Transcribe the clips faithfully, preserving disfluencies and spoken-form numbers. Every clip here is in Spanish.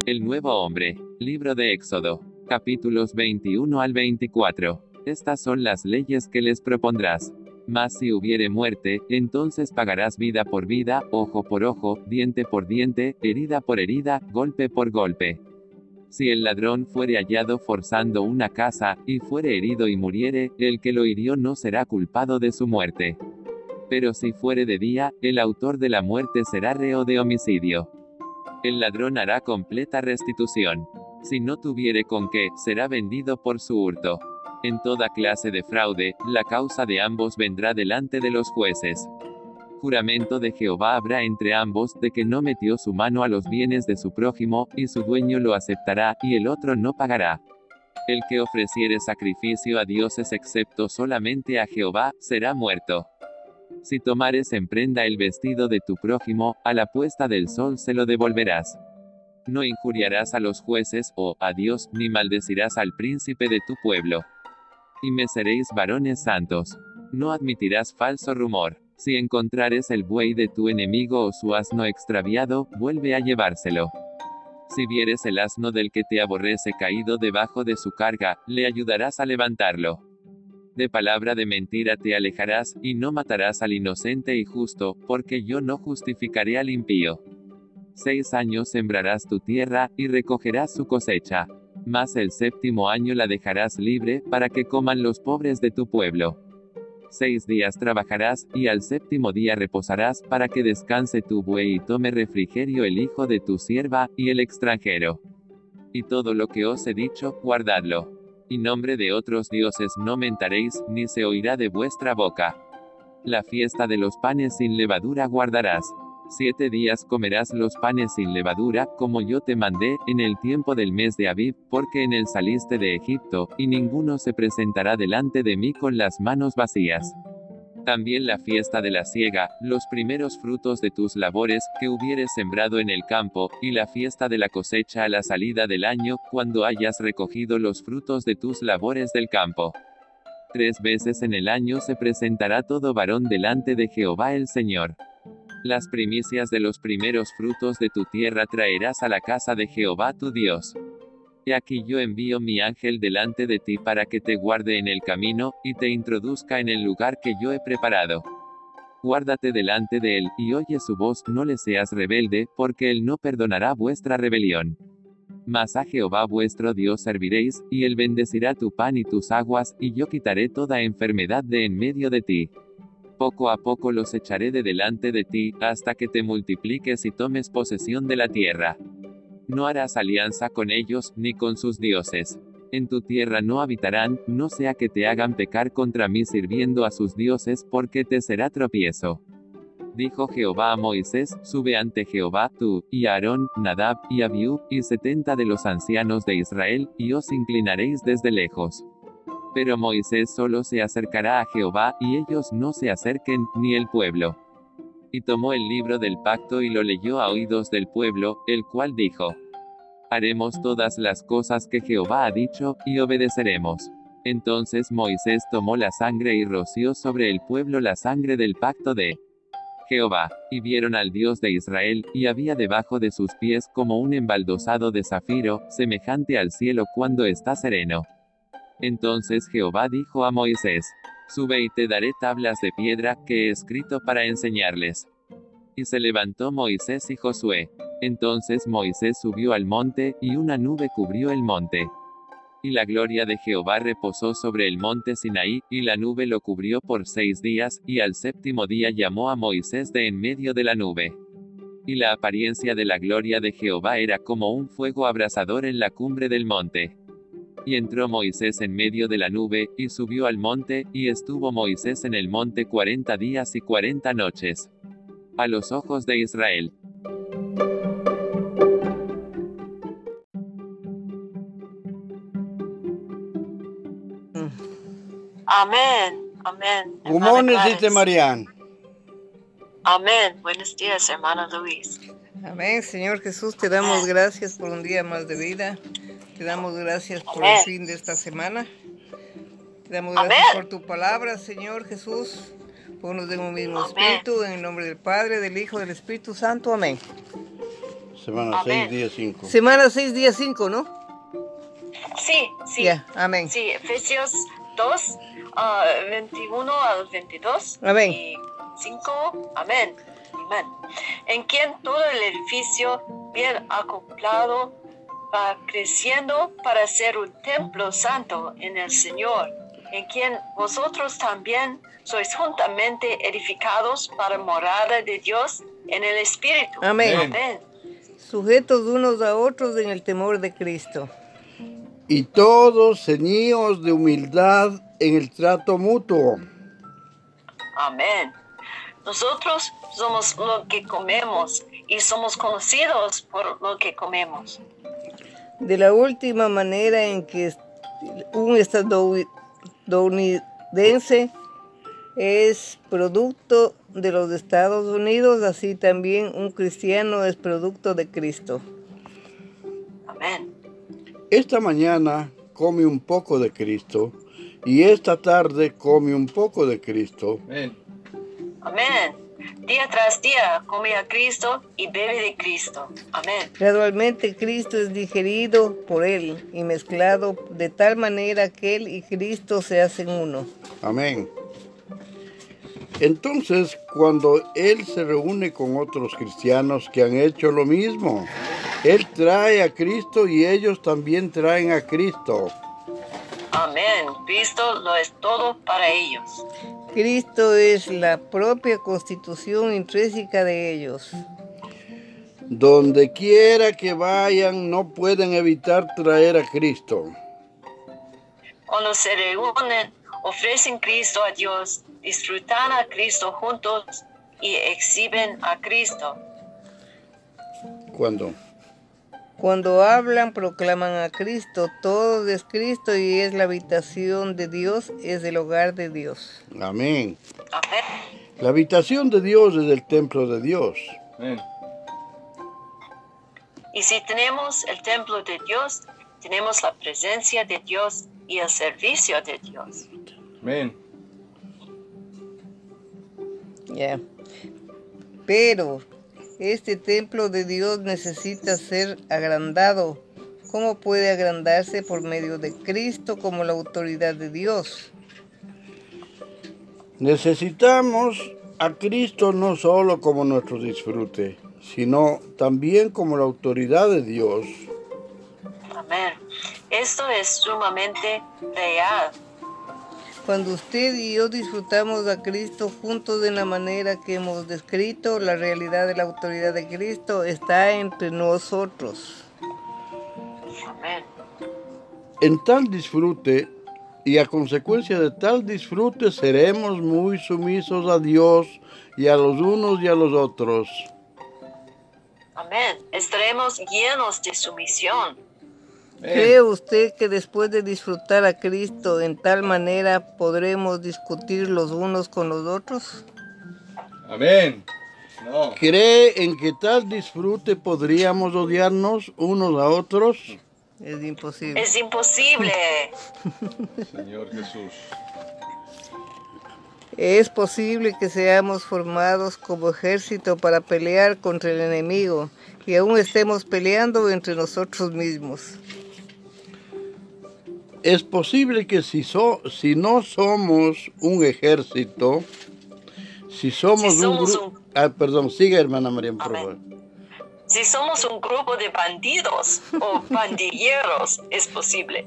El nuevo hombre. Libro de Éxodo. Capítulos veintiuno al veinticuatro. Estas son las leyes que les propondrás. Mas si hubiere muerte, entonces pagarás vida por vida, ojo por ojo, diente por diente, herida por herida, golpe por golpe. Si el ladrón fuere hallado forzando una casa, y fuere herido y muriere, el que lo hirió no será culpado de su muerte. Pero si fuere de día, el autor de la muerte será reo de homicidio. El ladrón hará completa restitución. Si no tuviere con qué, será vendido por su hurto. En toda clase de fraude, la causa de ambos vendrá delante de los jueces. Juramento de Jehová habrá entre ambos, de que no metió su mano a los bienes de su prójimo, y su dueño lo aceptará, y el otro no pagará. El que ofreciere sacrificio a dioses excepto solamente a Jehová, será muerto. Si tomares en prenda el vestido de tu prójimo, a la puesta del sol se lo devolverás. No injuriarás a los jueces, o a Dios, ni maldecirás al príncipe de tu pueblo. Y me seréis varones santos. No admitirás falso rumor. Si encontrares el buey de tu enemigo o su asno extraviado, vuelve a llevárselo. Si vieres el asno del que te aborrece caído debajo de su carga, le ayudarás a levantarlo. De palabra de mentira te alejarás, y no matarás al inocente y justo, porque yo no justificaré al impío. Seis años sembrarás tu tierra, y recogerás su cosecha. Mas el séptimo año la dejarás libre, para que coman los pobres de tu pueblo. Seis días trabajarás, y al séptimo día reposarás, para que descanse tu buey y tome refrigerio el hijo de tu sierva, y el extranjero. Y todo lo que os he dicho, guardadlo. Y nombre de otros dioses no mentaréis, ni se oirá de vuestra boca. La fiesta de los panes sin levadura guardarás. Siete días comerás los panes sin levadura, como yo te mandé, en el tiempo del mes de Abib, porque en él saliste de Egipto, y ninguno se presentará delante de mí con las manos vacías. También la fiesta de la siega, los primeros frutos de tus labores, que hubieres sembrado en el campo, y la fiesta de la cosecha a la salida del año, cuando hayas recogido los frutos de tus labores del campo. Tres veces en el año se presentará todo varón delante de Jehová el Señor. Las primicias de los primeros frutos de tu tierra traerás a la casa de Jehová tu Dios. He aquí yo envío mi ángel delante de ti para que te guarde en el camino, y te introduzca en el lugar que yo he preparado. Guárdate delante de él, y oye su voz, no le seas rebelde, porque él no perdonará vuestra rebelión. Mas a Jehová vuestro Dios serviréis, y él bendecirá tu pan y tus aguas, y yo quitaré toda enfermedad de en medio de ti. Poco a poco los echaré de delante de ti, hasta que te multipliques y tomes posesión de la tierra. No harás alianza con ellos, ni con sus dioses. En tu tierra no habitarán, no sea que te hagan pecar contra mí sirviendo a sus dioses, porque te será tropiezo. Dijo Jehová a Moisés, sube ante Jehová, tú, y Aarón, Nadab, y Abiú, y setenta de los ancianos de Israel, y os inclinaréis desde lejos. Pero Moisés solo se acercará a Jehová, y ellos no se acerquen, ni el pueblo. Y tomó el libro del pacto y lo leyó a oídos del pueblo, el cual dijo: Haremos todas las cosas que Jehová ha dicho, y obedeceremos. Entonces Moisés tomó la sangre y roció sobre el pueblo la sangre del pacto de Jehová. Y vieron al Dios de Israel, y había debajo de sus pies como un embaldosado de zafiro, semejante al cielo cuando está sereno. Entonces Jehová dijo a Moisés: Sube y te daré tablas de piedra, que he escrito para enseñarles. Y se levantó Moisés y Josué. Entonces Moisés subió al monte, y una nube cubrió el monte. Y la gloria de Jehová reposó sobre el monte Sinaí, y la nube lo cubrió por seis días, y al séptimo día llamó a Moisés de en medio de la nube. Y la apariencia de la gloria de Jehová era como un fuego abrasador en la cumbre del monte. Y entró Moisés en medio de la nube, y subió al monte, y estuvo Moisés en el monte cuarenta días y cuarenta noches. A los ojos de Israel. Amén, amén. Good morning, Sister Marianne. Amén. Buenos días, hermano Luis. Amén, Señor Jesús, te damos gracias por un día más de vida. Te damos gracias por Amén. el fin de esta semana. Te damos gracias Amén. por tu palabra, Señor Jesús. Ponnos de un mismo Amén. espíritu, en el nombre del Padre, del Hijo y del Espíritu Santo. Amén. Semana Amén. seis, día cinco. Semana seis, día cinco, ¿no? Sí, sí. Ya, amén. Sí, Efesios dos, ah, veintiuno al veintidós. Amén. Y cinco, amén. Amén. En quien todo el edificio bien acoplado va creciendo para ser un templo santo en el Señor, en quien vosotros también sois juntamente edificados para morada de Dios en el Espíritu. Amén. Amén. Sujetos unos a otros en el temor de Cristo. Y todos ceñidos de humildad en el trato mutuo. Amén. Nosotros somos lo que comemos y somos conocidos por lo que comemos. De la última manera en que un estadounidense es producto de los Estados Unidos, así también un cristiano es producto de Cristo. Amén. Esta mañana come un poco de Cristo y esta tarde come un poco de Cristo. Amén. Amén. Día tras día come a Cristo y bebe de Cristo. Amén. Gradualmente Cristo es digerido por él y mezclado de tal manera que él y Cristo se hacen uno. Amén. Entonces, cuando Él se reúne con otros cristianos que han hecho lo mismo, Él trae a Cristo y ellos también traen a Cristo. Amén. Cristo lo es todo para ellos. Cristo es la propia constitución intrínseca de ellos. Donde quiera que vayan, no pueden evitar traer a Cristo. Cuando se reúnen, ofrecen Cristo a Dios, disfrutan a Cristo juntos y exhiben a Cristo. ¿Cuándo? Cuando hablan, proclaman a Cristo. Todo es Cristo y es la habitación de Dios, es el hogar de Dios. Amén. Amén. La habitación de Dios es el templo de Dios. Amén. Y si tenemos el templo de Dios, tenemos la presencia de Dios y el servicio de Dios. Amén. Ya. Pero este templo de Dios necesita ser agrandado. ¿Cómo puede agrandarse? Por medio de Cristo como la autoridad de Dios. Necesitamos a Cristo no solo como nuestro disfrute, sino también como la autoridad de Dios. Amén. Esto es sumamente real. Cuando usted y yo disfrutamos a Cristo juntos de la manera que hemos descrito, la realidad de la autoridad de Cristo está entre nosotros. Amén. En tal disfrute y a consecuencia de tal disfrute seremos muy sumisos a Dios y a los unos y a los otros. Amén. Estaremos llenos de sumisión. ¿Cree usted que después de disfrutar a Cristo en tal manera podremos discutir los unos con los otros? Amén. No. ¿Cree en que tal disfrute podríamos odiarnos unos a otros? Es imposible. Es imposible. Señor Jesús. Es posible que seamos formados como ejército para pelear contra el enemigo y aún estemos peleando entre nosotros mismos. Es posible que si, so, si no somos un ejército, si somos, Si somos un grupo... un- Ah, perdón, siga hermana María, por Amén. favor. Si somos un grupo de bandidos o pandilleros, es posible.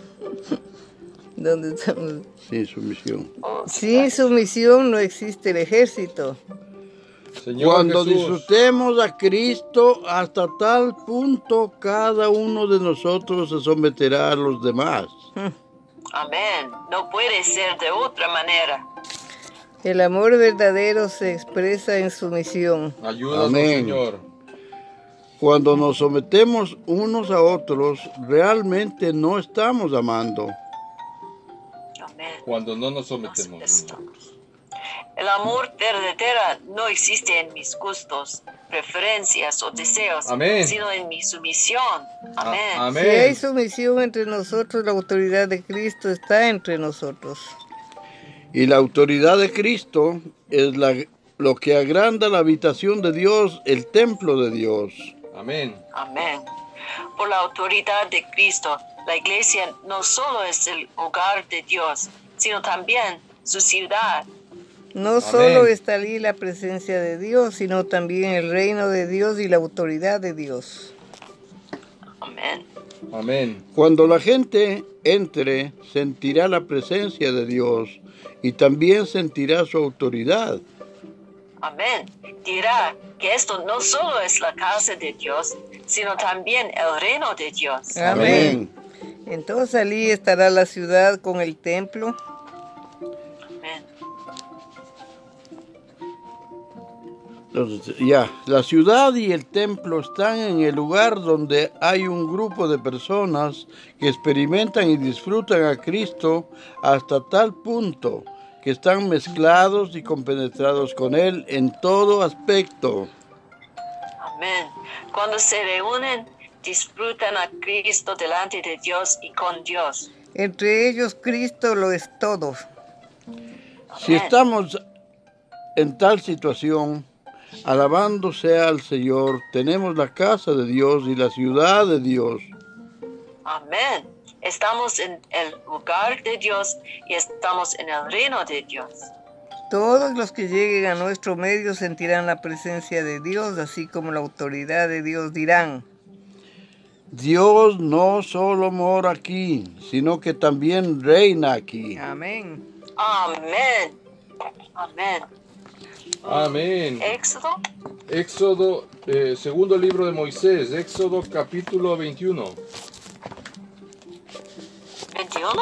Donde estamos. Sin sumisión. Oh, Sin sumisión no existe el ejército. Señor Cuando Jesús. disfrutemos a Cristo, hasta tal punto cada uno de nosotros se someterá a los demás. Amén. No puede ser de otra manera. El amor verdadero se expresa en sumisión. Ayúdanos, Amén. Señor. Cuando nos sometemos unos a otros, realmente no estamos amando. Amén. Cuando no nos sometemos. Esto. El amor verdadero no existe en mis gustos, preferencias o deseos, Amén. sino en mi sumisión. Amén. A- Si hay Amén. sumisión entre nosotros, la autoridad de Cristo está entre nosotros. Y la autoridad de Cristo es la, lo que agranda la habitación de Dios, el templo de Dios. Amén. Amén. Por la autoridad de Cristo, la iglesia no solo es el hogar de Dios, sino también su ciudad. No solo está allí la presencia de Dios, sino también el reino de Dios y la autoridad de Dios. Amén. Amén. Cuando la gente entre, sentirá la presencia de Dios y también sentirá su autoridad. Amén. Dirá que esto no solo es la casa de Dios, sino también el reino de Dios. Amén. Entonces allí estará la ciudad con el templo. Amén. Entonces, ya, la ciudad y el templo están en el lugar donde hay un grupo de personas que experimentan y disfrutan a Cristo hasta tal punto que están mezclados y compenetrados con Él en todo aspecto. Amén. Cuando se reúnen, disfrutan a Cristo delante de Dios y con Dios. Entre ellos Cristo lo es todo. Si estamos en tal situación, alabando sea al Señor, tenemos la casa de Dios y la ciudad de Dios. Amén. Estamos en el lugar de Dios y estamos en el reino de Dios. Todos los que lleguen a nuestro medio sentirán la presencia de Dios, así como la autoridad de Dios dirán: Dios no solo mora aquí, sino que también reina aquí. Amén. Amén. Amén. Amén. Éxodo. Éxodo, eh, segundo libro de Moisés, Éxodo capítulo veintiuno. ¿veintiuno?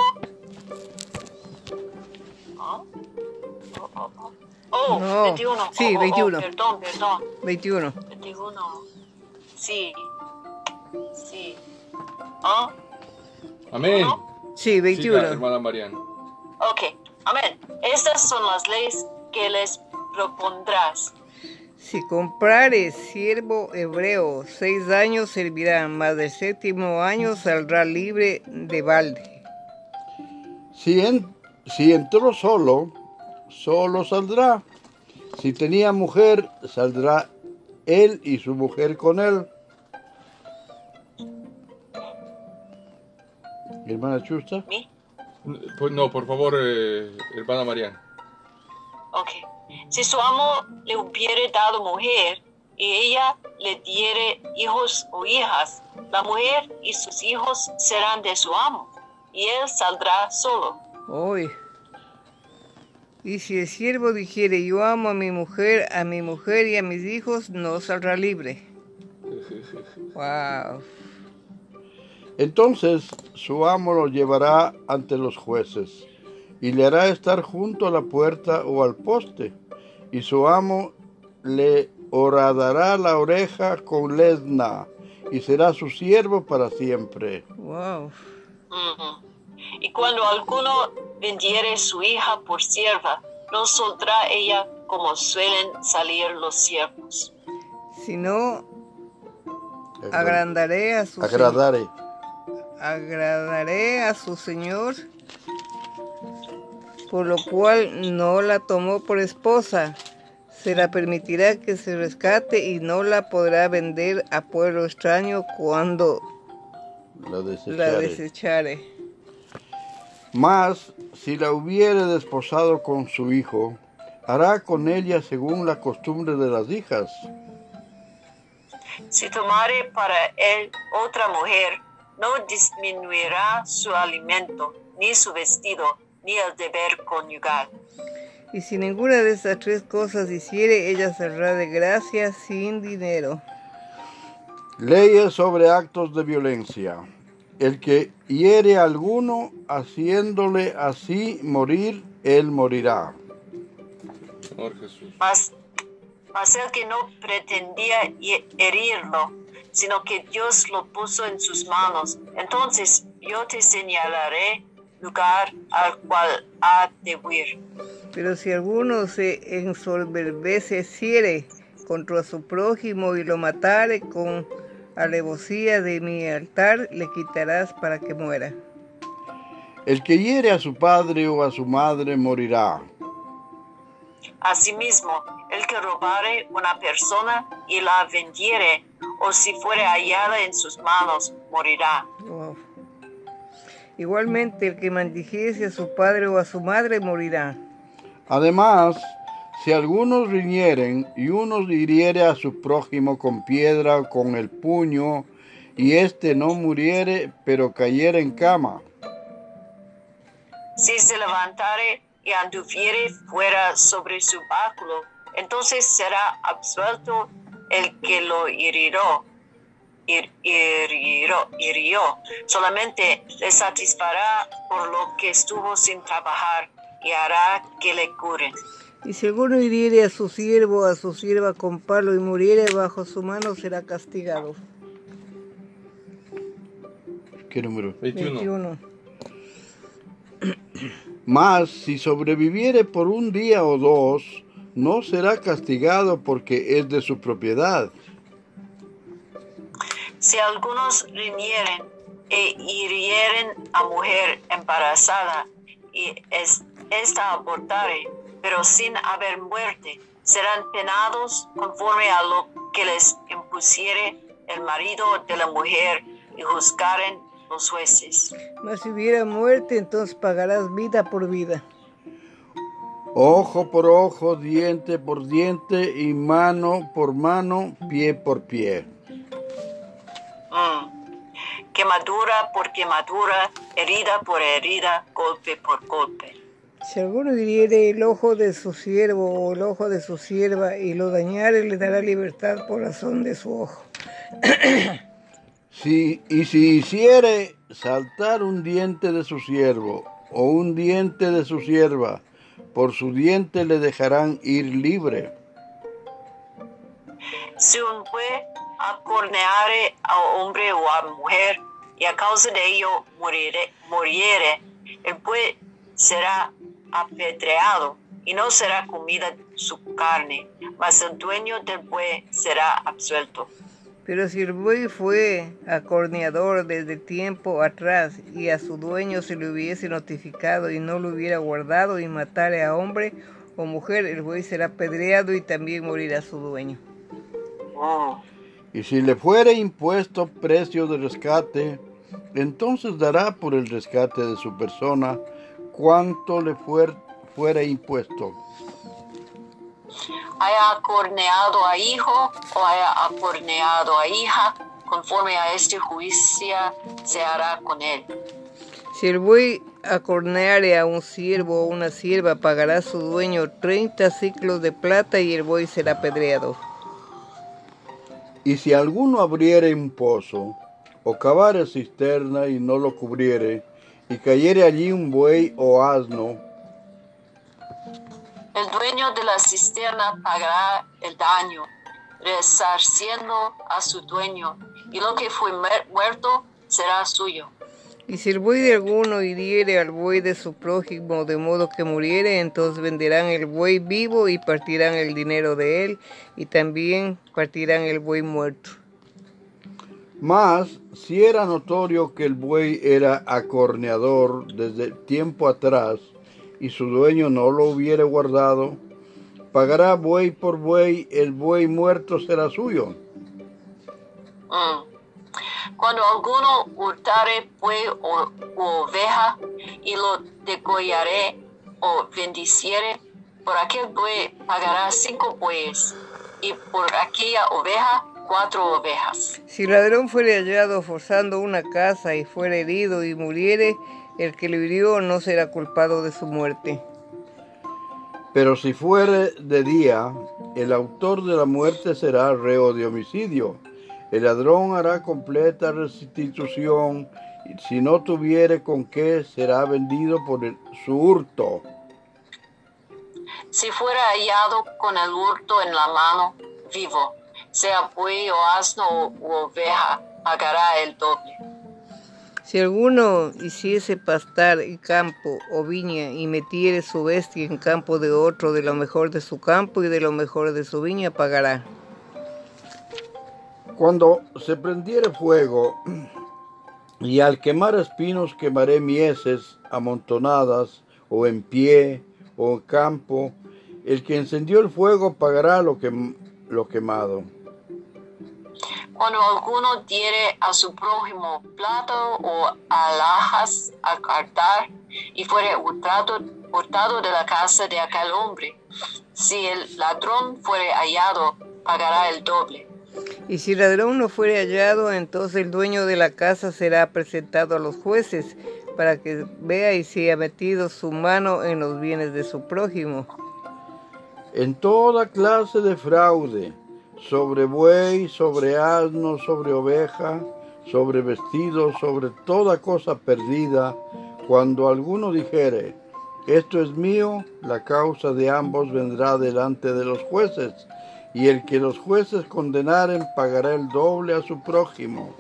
¿Oh? Oh, oh, oh. Oh, No. veintiuno. Sí, Oh, oh, oh, veintiuno. Perdón, perdón. veintiuno. veintiuno. Sí. Sí. ¿Ah? Amén. Sí, Sí, veintiuno. hermana Mariana. Ok. Amén. Estas son las leyes que les propondrás. Si comprares siervo hebreo, seis años servirá, mas del séptimo año saldrá libre de balde. Si, en- si entró solo, solo saldrá. Si tenía mujer, saldrá él y su mujer con él. Hermana Chusta. ¿Mi? Pues no, por favor, eh, hermana Mariana. Ok. Si su amo le hubiere dado mujer y ella le diere hijos o hijas, la mujer y sus hijos serán de su amo, y él saldrá solo. Hoy. Y si el siervo dijere: yo amo a mi mujer, a mi mujer y a mis hijos, no saldrá libre. Wow. Entonces su amo lo llevará ante los jueces y le hará estar junto a la puerta o al poste, y su amo le horadará la oreja con lesna y será su siervo para siempre. Wow. Ujú. Y cuando alguno vendiere su hija por sierva, no saldrá ella como suelen salir los siervos. Si no, agrandaré a su Agradaré. agradaré a su señor, por lo cual no la tomó por esposa. Se la permitirá que se rescate y no la podrá vender a pueblo extraño cuando La la desecharé. desechare. Mas si la hubiere desposado con su hijo, hará con ella según la costumbre de las hijas. Si tomare para él otra mujer, no disminuirá su alimento, ni su vestido, ni el deber conyugal. Y si ninguna de estas tres cosas hiciere, ella saldrá de gracia sin dinero. Leyes sobre actos de violencia. El que hiere a alguno, haciéndole así morir, él morirá. Señor Jesús. Mas, mas el que no pretendía hi- herirlo, sino que Dios lo puso en sus manos, entonces yo te señalaré lugar al cual ha de huir. Pero si alguno se ensoberbeciere contra su prójimo y lo matare con alevosía de mi altar, le quitarás para que muera. El que hiere a su padre o a su madre morirá. Asimismo, el que robare una persona y la vendiere, o si fuere hallada en sus manos, morirá. Wow. Igualmente, el que maldijese a su padre o a su madre morirá. Además, si algunos riñeren y uno hiriere a su prójimo con piedra o con el puño, y éste no muriere, pero cayere en cama. Si se levantare y anduviere fuera sobre su báculo, entonces será absuelto el que lo hirió. Hir, hirió, hirió. Solamente le satisfará por lo que estuvo sin trabajar y hará que le curen. Y si alguno hiriere a su siervo o a su sierva con palo y muriere bajo su mano, será castigado. ¿Qué número? veintiuno. veintiuno. Mas si sobreviviere por un día o dos, no será castigado porque es de su propiedad. Si algunos riñeren e hirieren a mujer embarazada y es, esta abortare, pero sin haber muerte, serán penados conforme a lo que les impusiere el marido de la mujer y juzgaren los jueces. Mas si hubiera muerte, entonces pagarás vida por vida. Ojo por ojo, diente por diente y mano por mano, pie por pie. Mm. Quemadura por quemadura, herida por herida, golpe por golpe. Si alguno hiriere el ojo de su siervo o el ojo de su sierva y lo dañare, le dará libertad por razón de su ojo. Si, y si hiciere saltar un diente de su siervo o un diente de su sierva, por su diente le dejarán ir libre. Si un buey acorneare a hombre o a mujer y a causa de ello muriere, muriere, el buey será apedreado y no será comida su carne, mas el dueño del buey será absuelto. Pero si el buey fue acorneador desde tiempo atrás y a su dueño se le hubiese notificado y no lo hubiera guardado y matare a hombre o mujer, el buey será apedreado y también morirá su dueño. Oh. Y si le fuere impuesto precio de rescate, entonces dará por el rescate de su persona cuanto le fuer, fuera impuesto. Haya acorneado a hijo o haya acorneado a hija, conforme a este juicio se hará con él. Si el buey acorneare a un siervo o una sierva, pagará su dueño treinta siclos de plata y el buey será apedreado. Y si alguno abriere un pozo, o cavare cisterna y no lo cubriere, y cayere allí un buey o asno, el dueño de la cisterna pagará el daño, resarciendo a su dueño, y lo que fue muerto será suyo. Y si el buey de alguno hiriere al buey de su prójimo de modo que muriere, entonces venderán el buey vivo y partirán el dinero de él, y también partirán el buey muerto. Mas si era notorio que el buey era acorneador desde tiempo atrás, y su dueño no lo hubiere guardado, pagará buey por buey, el buey muerto será suyo. Mm. Cuando alguno hurtare buey o, o oveja, y lo degollare o bendiciere, por aquel buey pagará cinco bueyes, y por aquella oveja cuatro ovejas. Si el ladrón fuere hallado forzando una casa y fuere herido y muriere, el que lo hirió no será culpado de su muerte. Pero si fuere de día, el autor de la muerte será reo de homicidio. El ladrón hará completa restitución, y si no tuviere con qué, será vendido por el, su hurto. Si fuera hallado con el hurto en la mano, vivo, sea buey o asno u oveja, pagará el doble. Si alguno hiciese pastar y campo o viña y metiere su bestia en campo de otro, de lo mejor de su campo y de lo mejor de su viña pagará. Cuando se prendiere fuego, y al quemar espinos quemaré mieses amontonadas, o en pie, o en campo, el que encendió el fuego pagará lo, que, lo quemado. Cuando alguno diere a su prójimo plato o alhajas al altar y fuere hurtado, hurtado de la casa de aquel hombre, si el ladrón fuere hallado, pagará el doble. Y si el ladrón no fuere hallado, entonces el dueño de la casa será presentado a los jueces para que vea y si ha metido su mano en los bienes de su prójimo. En toda clase de fraude, sobre buey, sobre asno, sobre oveja, sobre vestido, sobre toda cosa perdida, cuando alguno dijere, esto es mío, la causa de ambos vendrá delante de los jueces, y el que los jueces condenaren pagará el doble a su prójimo.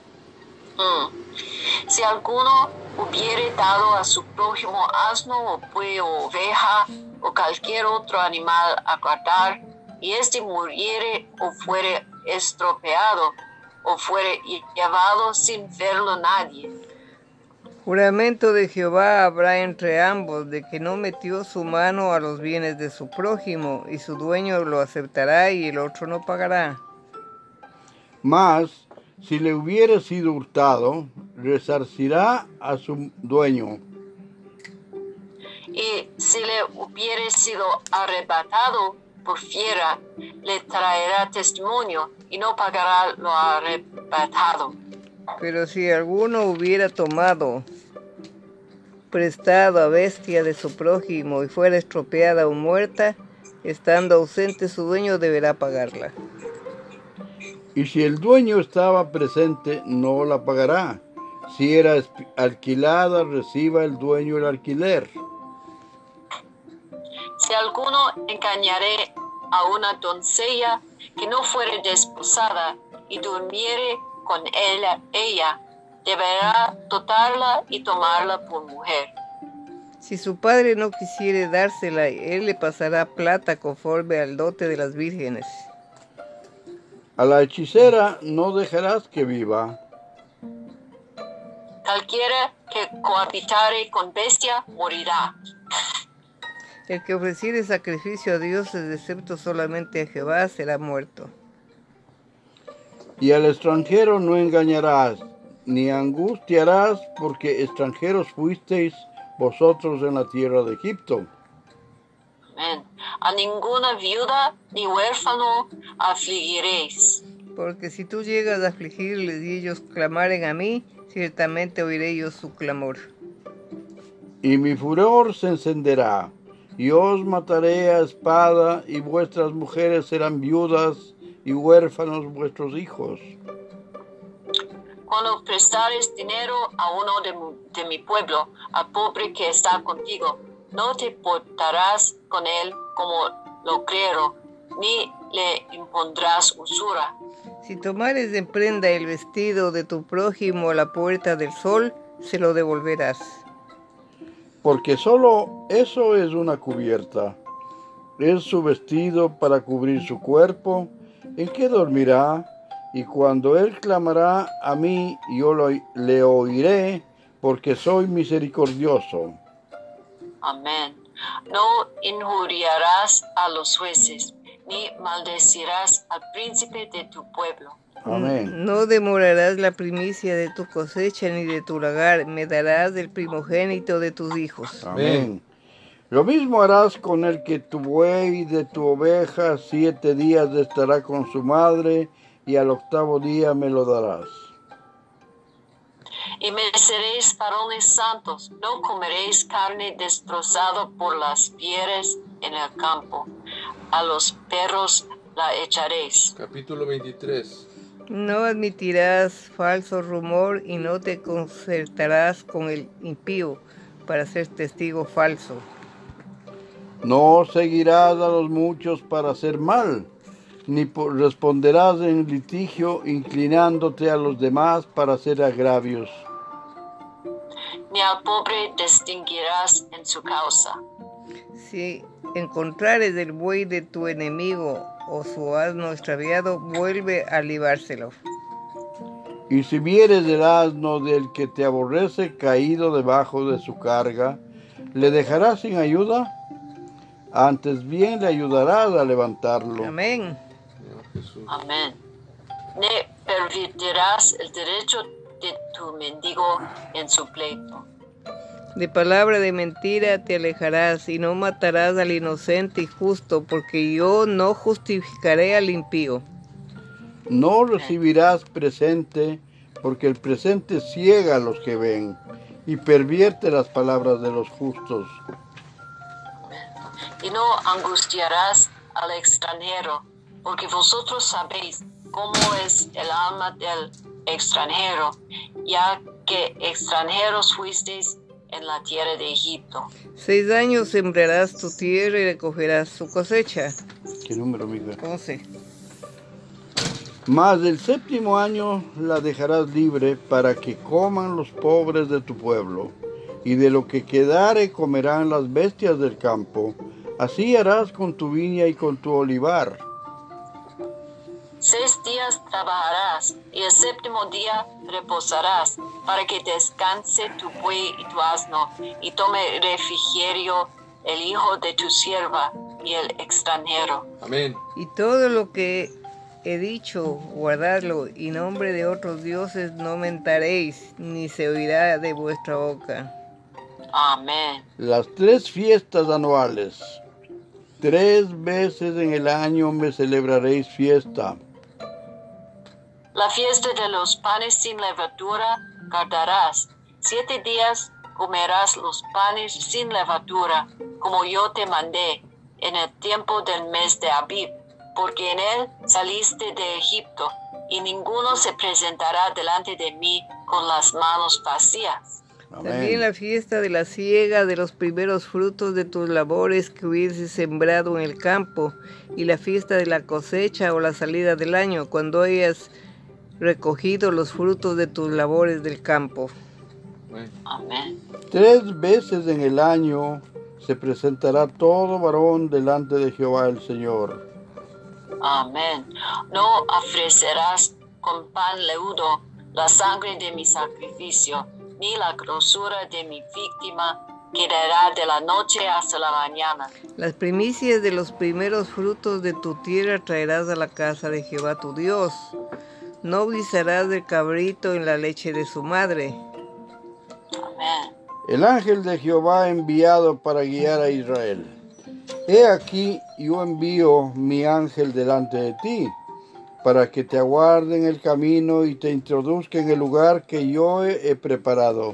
Mm. Si alguno hubiere dado a su prójimo asno o buey o oveja o cualquier otro animal a guardar, y éste muriere o fuere estropeado o fuere llevado sin verlo nadie, Juramento de Jehová habrá entre ambos de que no metió su mano a los bienes de su prójimo, y su dueño lo aceptará y el otro no pagará. Mas, si le hubiere sido hurtado, resarcirá a su dueño. y si le hubiere sido arrebatado por fiera, le traerá testimonio y no pagará lo arrebatado. Pero si alguno hubiera tomado prestado a bestia de su prójimo y fuera estropeada o muerta, estando ausente su dueño deberá pagarla. Y si el dueño estaba presente, no la pagará. Si era alquilada, reciba el dueño el alquiler. Si alguno engañare a una doncella que no fuere desposada y durmiere con ella, ella deberá dotarla y tomarla por mujer. Si su padre no quisiere dársela, él le pasará plata conforme al dote de las vírgenes. A la hechicera no dejarás que viva. Cualquiera que cohabitare con bestia morirá. El que ofreciere sacrificio a dioses, excepto solamente a Jehová, será muerto. Y al extranjero no engañarás, ni angustiarás, porque extranjeros fuisteis vosotros en la tierra de Egipto. Amén. A ninguna viuda ni huérfano afligiréis. Porque si tú llegas a afligirles y ellos clamaren a mí, ciertamente oiré yo su clamor. Y mi furor se encenderá, y os mataré a espada, y vuestras mujeres serán viudas, y huérfanos vuestros hijos. Cuando prestares dinero a uno de mi, de mi pueblo, al pobre que está contigo, no te portarás con él como logrero, ni le impondrás usura. Si tomares en prenda el vestido de tu prójimo a la puerta del sol, se lo devolverás. Porque solo eso es una cubierta. Es su vestido para cubrir su cuerpo, en que dormirá, y cuando él clamará a mí, yo lo, le oiré, porque soy misericordioso. Amén. No injuriarás a los jueces, ni maldecirás al príncipe de tu pueblo. Amén. No demorarás la primicia de tu cosecha ni de tu lagar, me darás del primogénito de tus hijos. Amén. Lo mismo harás con el que tu buey de tu oveja siete días estará con su madre, y al octavo día me lo darás. Y me seréis varones santos, no comeréis carne destrozada por las fieras en el campo. A los perros la echaréis. Capítulo veintitrés. No admitirás falso rumor y no te concertarás con el impío para ser testigo falso. No seguirás a los muchos para hacer mal, ni responderás en litigio inclinándote a los demás para hacer agravios. Ni al pobre distinguirás en su causa. Si encontrares el buey de tu enemigo o su asno extraviado, vuelve a libárselo. Y si vieres el asno del que te aborrece caído debajo de su carga, ¿le dejarás sin ayuda? Antes bien le ayudarás a levantarlo. Amén. Señor Jesús. Amén. Ne- pervertirás el derecho de tu mendigo en su pleito. De palabra de mentira te alejarás y no matarás al inocente y justo, porque yo no justificaré al impío. No recibirás presente, porque el presente ciega a los que ven y pervierte las palabras de los justos. Y no angustiarás al extranjero, porque vosotros sabéis cómo es el alma del extranjero, ya que extranjeros fuisteis en la tierra de Egipto. Seis años sembrarás tu tierra y recogerás su cosecha. ¿Qué número, Miguel? once. Mas el séptimo año la dejarás libre para que coman los pobres de tu pueblo, y de lo que quedare comerán las bestias del campo. Así harás con tu viña y con tu olivar. Seis días trabajarás, y el séptimo día reposarás, para que descanse tu buey y tu asno, y tome refrigerio el hijo de tu sierva y el extranjero. Amén. Y todo lo que he dicho, guardadlo, y nombre de otros dioses no mentaréis, ni se oirá de vuestra boca. Amén. Las tres fiestas anuales. Tres veces en el año me celebraréis fiesta. La fiesta de los panes sin levadura guardarás. Siete días comerás los panes sin levadura, como yo te mandé, en el tiempo del mes de Abib, porque en él saliste de Egipto, y ninguno se presentará delante de mí con las manos vacías. Amén. También la fiesta de la siega de los primeros frutos de tus labores que hubieses sembrado en el campo, y la fiesta de la cosecha o la salida del año, cuando hayas recogido los frutos de tus labores del campo. Amén. Amén. Tres veces en el año se presentará todo varón delante de Jehová el Señor. Amén. No ofrecerás con pan leudo la sangre de mi sacrificio, ni la grosura de mi víctima quedará de la noche hasta la mañana. Las primicias de los primeros frutos de tu tierra traerás a la casa de Jehová tu Dios. No guisarás del cabrito en la leche de su madre. Amén. El ángel de Jehová enviado para guiar a Israel. He aquí, yo envío mi ángel delante de ti, para que te aguarde en el camino y te introduzca en el lugar que yo he, he preparado.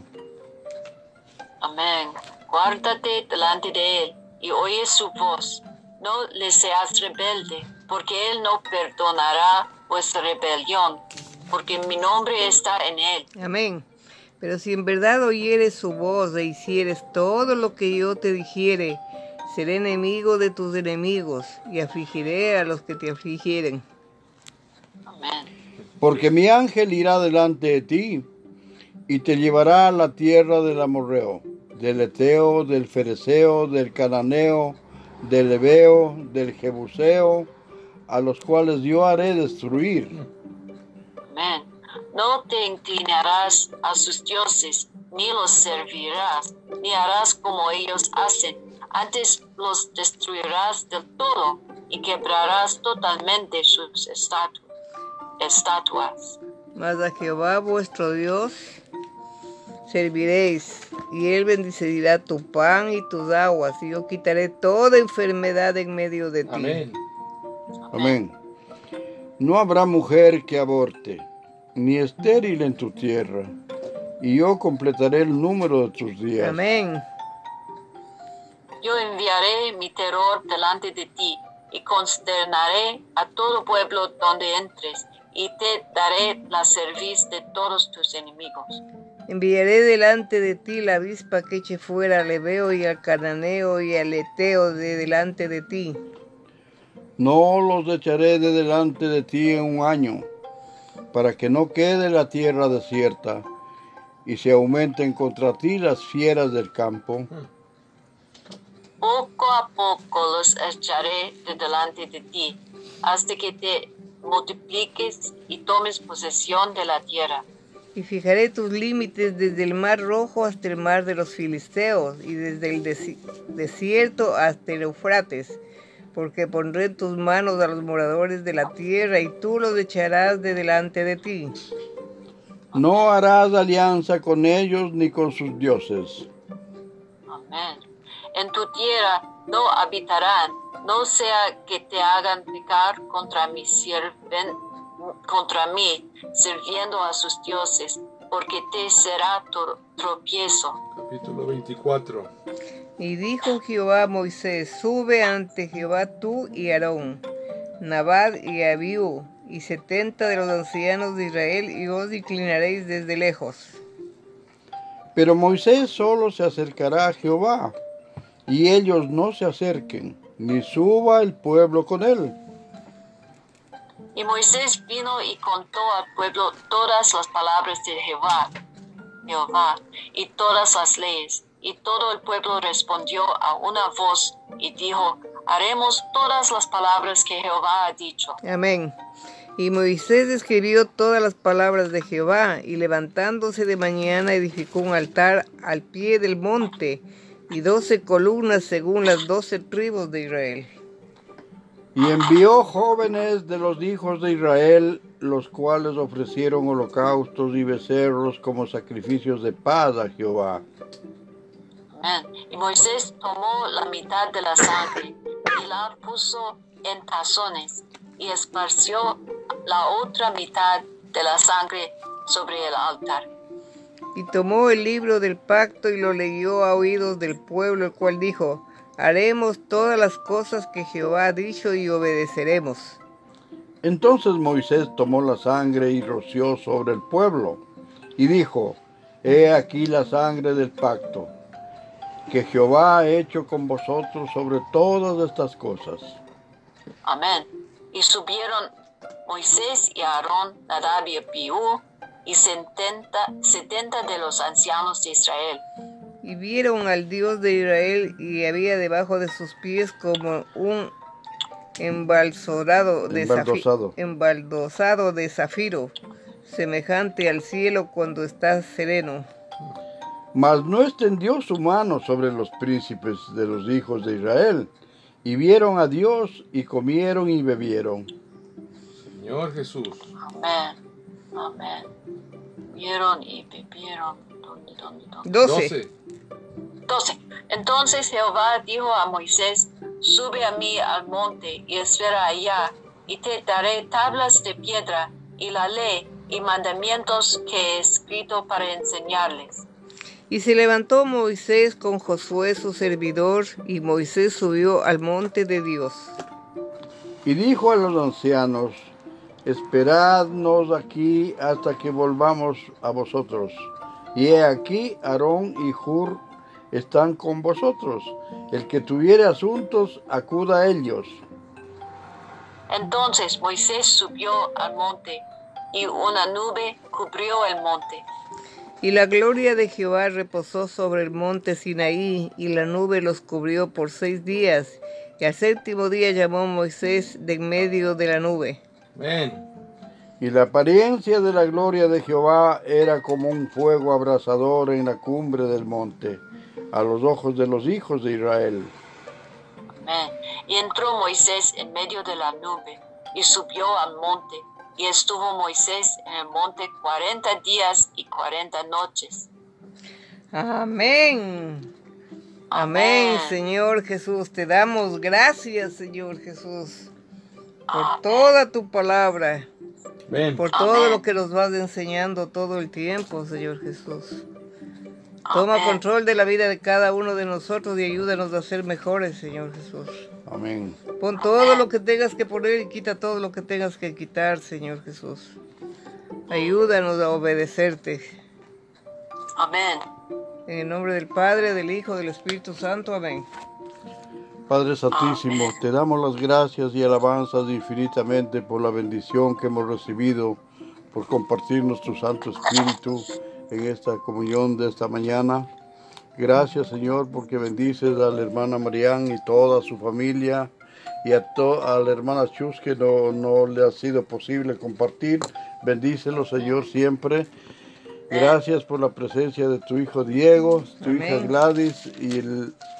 Amén. Guárdate delante de él y oye su voz. No le seas rebelde, porque él no perdonará vuestra rebelión, porque mi nombre está en él. Amén. Pero si en verdad oyeres su voz e hicieres todo lo que yo te dijere, seré enemigo de tus enemigos y afligiré a los que te afligieren. Amén. Porque mi ángel irá delante de ti y te llevará a la tierra del amorreo, del eteo, del fereceo, del cananeo, del heveo, del jebuseo, a los cuales yo haré destruir. Amén. No te inclinarás a sus dioses, ni los servirás, ni harás como ellos hacen. Antes los destruirás del todo y quebrarás totalmente sus estatu- estatuas. Mas a Jehová vuestro Dios serviréis, y él bendecirá tu pan y tus aguas, y yo quitaré toda enfermedad en medio de ti. Amén. Amén. No habrá mujer que aborte, ni estéril en tu tierra, y yo completaré el número de tus días. Amén. Yo enviaré mi terror delante de ti y consternaré a todo pueblo donde entres, y te daré la cerviz de todos tus enemigos. Enviaré delante de ti la avispa que eche fuera al heveo y al cananeo y al eteo de delante de ti. No los echaré de delante de ti en un año, para que no quede la tierra desierta, y se aumenten contra ti las fieras del campo. Poco a poco los echaré de delante de ti, hasta que te multipliques y tomes posesión de la tierra. Y fijaré tus límites desde el mar rojo hasta el mar de los filisteos, y desde el desi- desierto hasta el Eufrates, porque pondré en tus manos a los moradores de la tierra y tú los echarás de delante de ti. No harás alianza con ellos ni con sus dioses. Amén. En tu tierra no habitarán, no sea que te hagan pecar contra mí, sirven, contra mí, sirviendo a sus dioses, porque te será tro- tropiezo. Capítulo veinticuatro. Y dijo Jehová a Moisés, sube ante Jehová tú y Aarón, Nadab y Abiú, y setenta de los ancianos de Israel, y os inclinaréis desde lejos. Pero Moisés solo se acercará a Jehová, y ellos no se acerquen, ni suba el pueblo con él. Y Moisés vino y contó al pueblo todas las palabras de Jehová, Jehová, y todas las leyes. Y todo el pueblo respondió a una voz y dijo, haremos todas las palabras que Jehová ha dicho. Amén. Y Moisés escribió todas las palabras de Jehová, y levantándose de mañana edificó un altar al pie del monte, y doce columnas según las doce tribus de Israel. Y envió jóvenes de los hijos de Israel, los cuales ofrecieron holocaustos y becerros como sacrificios de paz a Jehová. Amén. Y Moisés tomó la mitad de la sangre y la puso en tazones y esparció la otra mitad de la sangre sobre el altar. Y tomó el libro del pacto y lo leyó a oídos del pueblo, el cual dijo, haremos todas las cosas que Jehová ha dicho y obedeceremos. Entonces Moisés tomó la sangre y roció sobre el pueblo, y dijo, he aquí la sangre del pacto, que Jehová ha hecho con vosotros sobre todas estas cosas. Amén. Y subieron Moisés y Aarón, Nadab y Abiú, y setenta, setenta de los ancianos de Israel. Y vieron al Dios de Israel, y había debajo de sus pies como un embalsodado de Embaldosado. zafi- embaldosado de zafiro, semejante al cielo cuando está sereno. Mas no extendió su mano sobre los príncipes de los hijos de Israel, y vieron a Dios, y comieron y bebieron. Señor Jesús. Amén. Amén. Vieron y bebieron. ¿Dónde, dónde, dónde? Doce. doce. Entonces Jehová dijo a Moisés, sube a mí al monte y espera allá, y te daré tablas de piedra y la ley y mandamientos que he escrito para enseñarles. Y se levantó Moisés con Josué su servidor, y Moisés subió al monte de Dios. Y dijo a los ancianos, esperadnos aquí hasta que volvamos a vosotros. Y he aquí, Aarón y Hur están con vosotros. El que tuviere asuntos, acuda a ellos. Entonces Moisés subió al monte, y una nube cubrió el monte. Y la gloria de Jehová reposó sobre el monte Sinaí, y la nube los cubrió por seis días. Y al séptimo día llamó Moisés de en medio de la nube. Amén. Y la apariencia de la gloria de Jehová era como un fuego abrasador en la cumbre del monte, a los ojos de los hijos de Israel. Amén. Y entró Moisés en medio de la nube, y subió al monte, y estuvo Moisés en el monte cuarenta días y cuarenta noches. Amén. Amén, Señor Jesús. Te damos gracias, Señor Jesús, por Amén. toda tu palabra, Amén. por todo Amén. lo que nos vas enseñando todo el tiempo, Señor Jesús. Toma Amén. control de la vida de cada uno de nosotros y ayúdanos a ser mejores, Señor Jesús. Amén. Pon todo lo que tengas que poner y quita todo lo que tengas que quitar, Señor Jesús. Ayúdanos a obedecerte. Amén. En el nombre del Padre, del Hijo, del Espíritu Santo. Amén. Padre Santísimo, te damos las gracias y alabanzas infinitamente por la bendición que hemos recibido, por compartirnos tu Santo Espíritu en esta comunión de esta mañana. Gracias, Señor, porque bendices a la hermana Marián y toda su familia, y a, to a la hermana Chus, que no, no le ha sido posible compartir. Bendícelo, Señor, siempre. Gracias por la presencia de tu hijo Diego, tu Amén. hija Gladys y el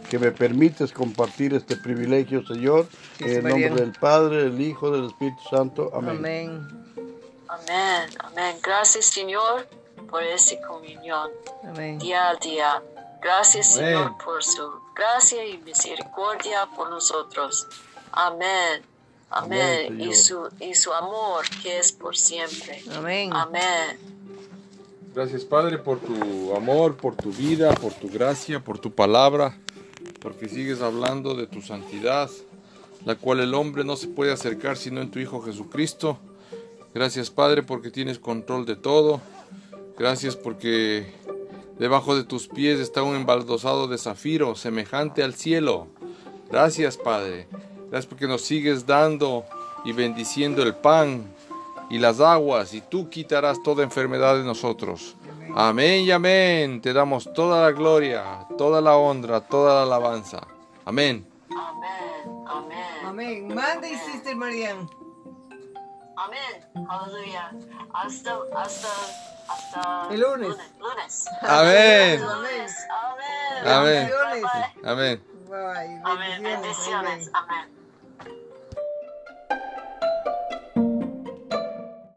que me permites compartir este privilegio, Señor. Sí, En el María. nombre del Padre, del Hijo, del Espíritu Santo. Amén. Amén. Amén, amén. Gracias, Señor, por esta comunión Amén. día a día. Gracias, Amén. Señor, por su gracia y misericordia por nosotros. Amén. Amén. Amén, y, su, y su amor que es por siempre. Amén. Amén. Gracias, Padre, por tu amor, por tu vida, por tu gracia, por tu palabra, porque sigues hablando de tu santidad, la cual el hombre no se puede acercar sino en tu Hijo Jesucristo. Gracias, Padre, porque tienes control de todo. Gracias porque debajo de tus pies está un embaldosado de zafiro, semejante al cielo. Gracias, Padre. Gracias porque nos sigues dando y bendiciendo el pan y las aguas, y tú quitarás toda enfermedad de nosotros. Amén y amén. Te damos toda la gloria, toda la honra, toda la alabanza. Amén. Amén. Amén. Amén. Mande, Sister Marian. Amén. Aleluya. Hasta, hasta, hasta El lunes. Lunes. Amén. Lunes. Amén. Amén. Bendiciones. Bye, bye. Amén. Bye. Amén. Bendiciones. Bendiciones. Amén.